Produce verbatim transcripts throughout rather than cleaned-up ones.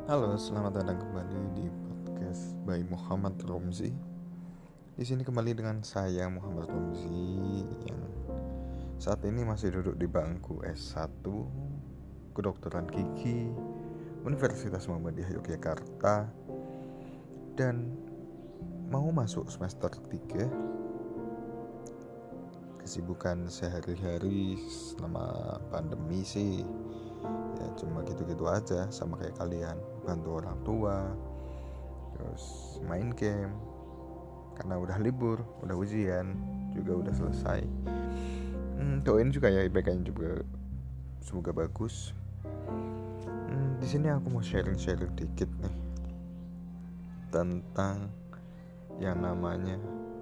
Halo, selamat datang kembali di podcast by Muhammad Romzi. Di sini kembali dengan saya Muhammad Romzi yang saat ini masih duduk di bangku S satu Kedokteran Gigi Universitas Muhammadiyah Yogyakarta dan mau masuk semester tiga. Kesibukan sehari-hari selama pandemi sih ya cuma gitu-gitu aja, sama kayak kalian, bantu orang tua, terus main game karena udah libur, udah ujian juga udah selesai. hmm, doain juga ya I P K-nya juga semoga bagus. hmm, di sini aku mau sharing-sharing dikit nih tentang yang namanya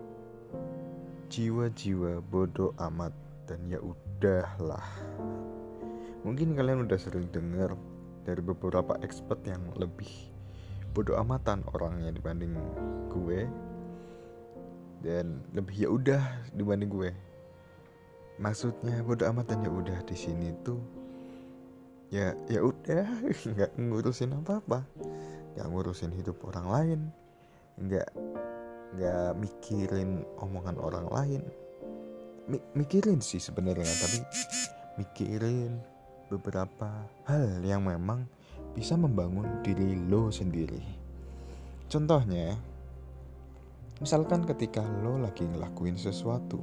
jiwa-jiwa bodoh amat dan ya udahlah. Mungkin kalian udah sering dengar dari beberapa expert yang lebih bodoh amatan orangnya dibanding gue dan lebih ya udah dibanding gue. Maksudnya bodoh amat dan ya udah di sini tuh ya ya udah nggak ngurusin apa-apa, nggak ngurusin hidup orang lain, nggak nggak mikirin omongan orang lain. Mi- mikirin sih sebenarnya, tapi mikirin beberapa hal yang memang bisa membangun diri lo sendiri. Contohnya, misalkan ketika lo lagi ngelakuin sesuatu,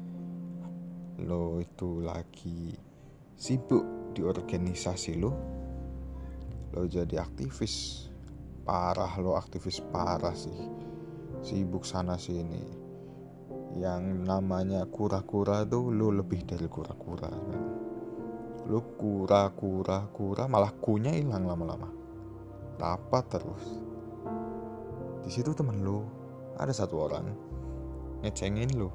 lo itu lagi sibuk di organisasi lo, lo jadi aktivis parah, lo aktivis parah sih, sibuk sana sini. Yang namanya kura-kura tuh lo lebih dari kura-kura, men. Lu kura-kura-kura malah kunya hilang lama-lama, rapat terus. Di situ temen lu ada satu orang ngecengin lu,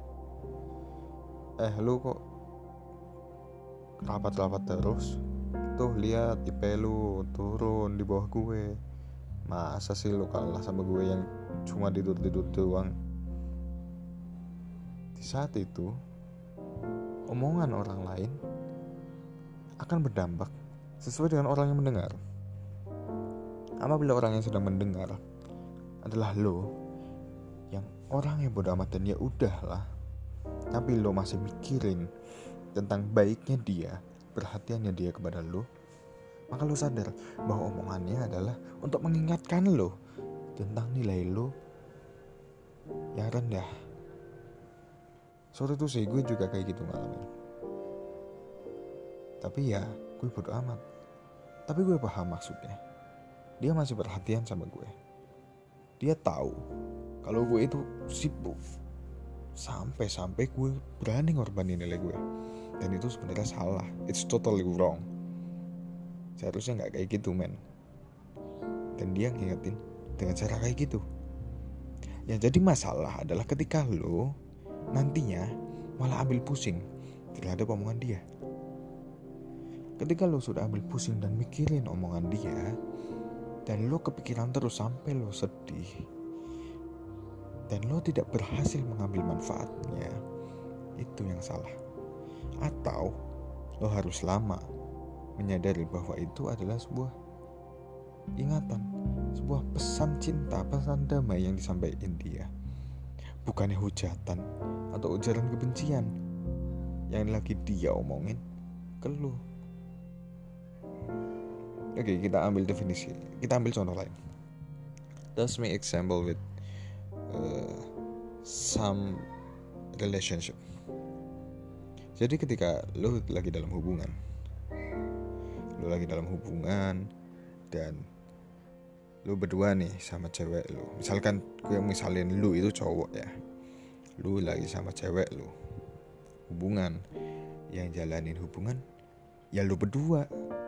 eh lu kok rapat-rapat terus, tuh lihat I P lu turun di bawah gue. Masa sih lu kalah sama gue yang cuma tidur-tidur doang? Di saat itu omongan orang lain akan berdampak sesuai dengan orang yang mendengar. Apabila orang yang sedang mendengar adalah lo, yang orang yang bodoh amat dan ya udahlah, tapi lo masih mikirin tentang baiknya dia, perhatiannya dia kepada lo, maka lo sadar bahwa omongannya adalah untuk mengingatkan lo tentang nilai lo yang rendah. Sorry tuh sih, gue juga kayak gitu ngalamin. Tapi ya gue bodo amat. Tapi gue paham maksudnya. Dia masih perhatian sama gue. Dia tahu kalau gue itu sibuk, sampai-sampai gue berani ngorbanin nilai gue. Dan itu sebenarnya salah. It's totally wrong. Seharusnya gak kayak gitu, men. Dan dia ngingetin dengan cara kayak gitu. Yang jadi masalah adalah ketika lo nantinya malah ambil pusing terhadap omongan dia. Ketika lo sudah ambil pusing dan mikirin omongan dia, dan lo kepikiran terus sampai lo sedih, dan lo tidak berhasil mengambil manfaatnya, itu yang salah. Atau lo harus lama menyadari bahwa itu adalah sebuah ingatan, sebuah pesan cinta, pesan damai yang disampaikan dia, bukannya hujatan atau ujaran kebencian yang lagi dia omongin ke lo. Oke, okay, kita ambil definisi. Kita ambil contoh lain. Let's make example with uh, some relationship. Jadi ketika lo lagi dalam hubungan, lo lagi dalam hubungan dan lo berdua nih sama cewek lo. Misalkan gue misalin lo itu cowok ya. Lo lagi sama cewek lo, hubungan, yang jalanin hubungan ya lo berdua.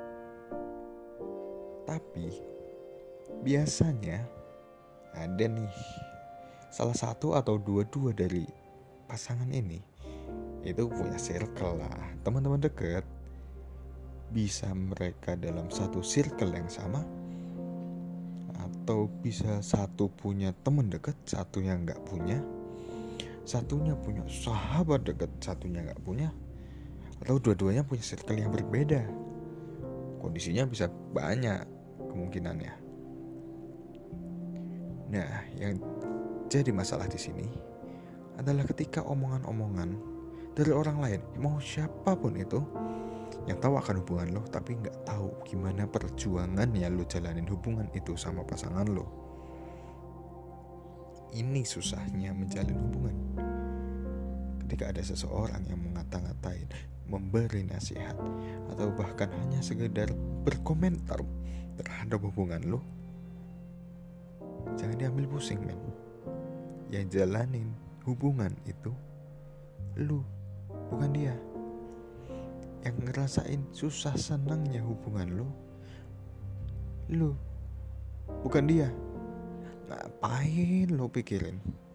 Tapi biasanya ada nih salah satu atau dua-dua dari pasangan ini itu punya circle lah, teman-teman dekat. Bisa mereka dalam satu circle yang sama, atau bisa satu punya teman dekat, satunya nggak punya, satunya punya sahabat dekat, satunya nggak punya, atau dua-duanya punya circle yang berbeda. Kondisinya bisa banyak, kemungkinannya. Nah, yang jadi masalah di sini adalah ketika omongan-omongan dari orang lain, mau siapapun itu, yang tahu akan hubungan lo tapi nggak tahu gimana perjuangannya lo jalanin hubungan itu sama pasangan lo. Ini susahnya menjalin hubungan. Ketika ada seseorang yang mengata-ngatain, memberi nasihat, atau bahkan hanya sekedar berkomentar terhadap hubungan lo, jangan diambil pusing, men. Yang jalanin hubungan itu lo, bukan dia. Yang ngerasain susah senangnya hubungan lo, lo, bukan dia. Ngapain lo pikirin?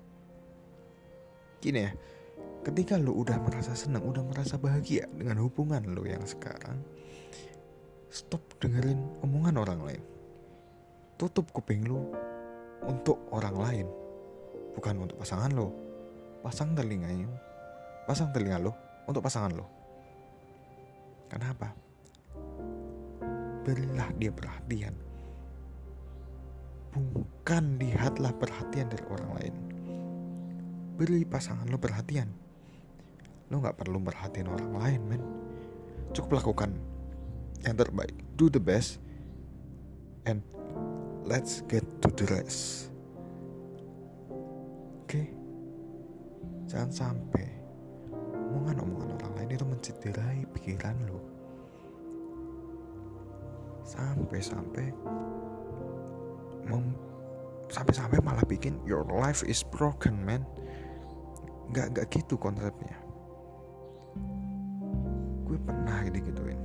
Gini ya, ketika lo udah merasa senang, udah merasa bahagia dengan hubungan lo yang sekarang, stop dengerin omongan orang lain. Tutup kuping lo untuk orang lain, bukan untuk pasangan lo. Pasang telinganya, pasang telinga lo untuk pasangan lo. Kenapa? Berilah dia perhatian, bukan lihatlah perhatian dari orang lain. Beri pasangan lo perhatian. Lo gak perlu perhatian orang lain, men. Cukup lakukan yang terbaik, do the best, and let's get to the rest. Oke okay? Jangan sampai omongan-omongan orang lain itu mencederai pikiran lo, Sampai-sampai mem- Sampai-sampai malah bikin your life is broken, man. Gak, gak gitu konsepnya. Gue pernah digituin.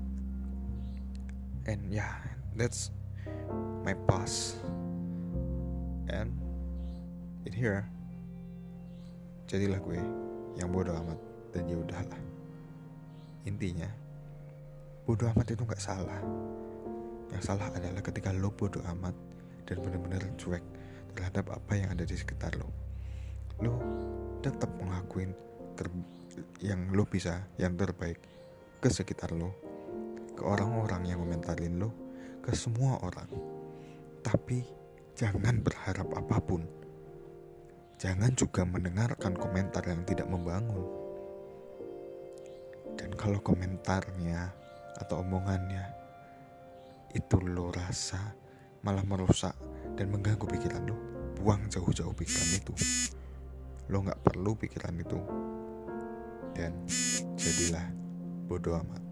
And yeah, that's my past. And in here, jadilah gue yang bodoh amat dan ya udahlah. Intinya, bodoh amat itu gak salah. Yang salah adalah ketika lo bodoh amat dan benar-benar cuek terhadap apa yang ada di sekitar lo. Lo tetap ngelakuin ter- yang lo bisa, yang terbaik ke sekitar lo, ke orang-orang yang komentarin lo, ke semua orang. Tapi jangan berharap apapun. Jangan juga mendengarkan komentar yang tidak membangun. Dan kalau komentarnya atau omongannya itu lo rasa malah merusak dan mengganggu pikiran lo, buang jauh-jauh pikiran itu. Lo gak perlu pikiran itu. Dan jadilah bodoh amat.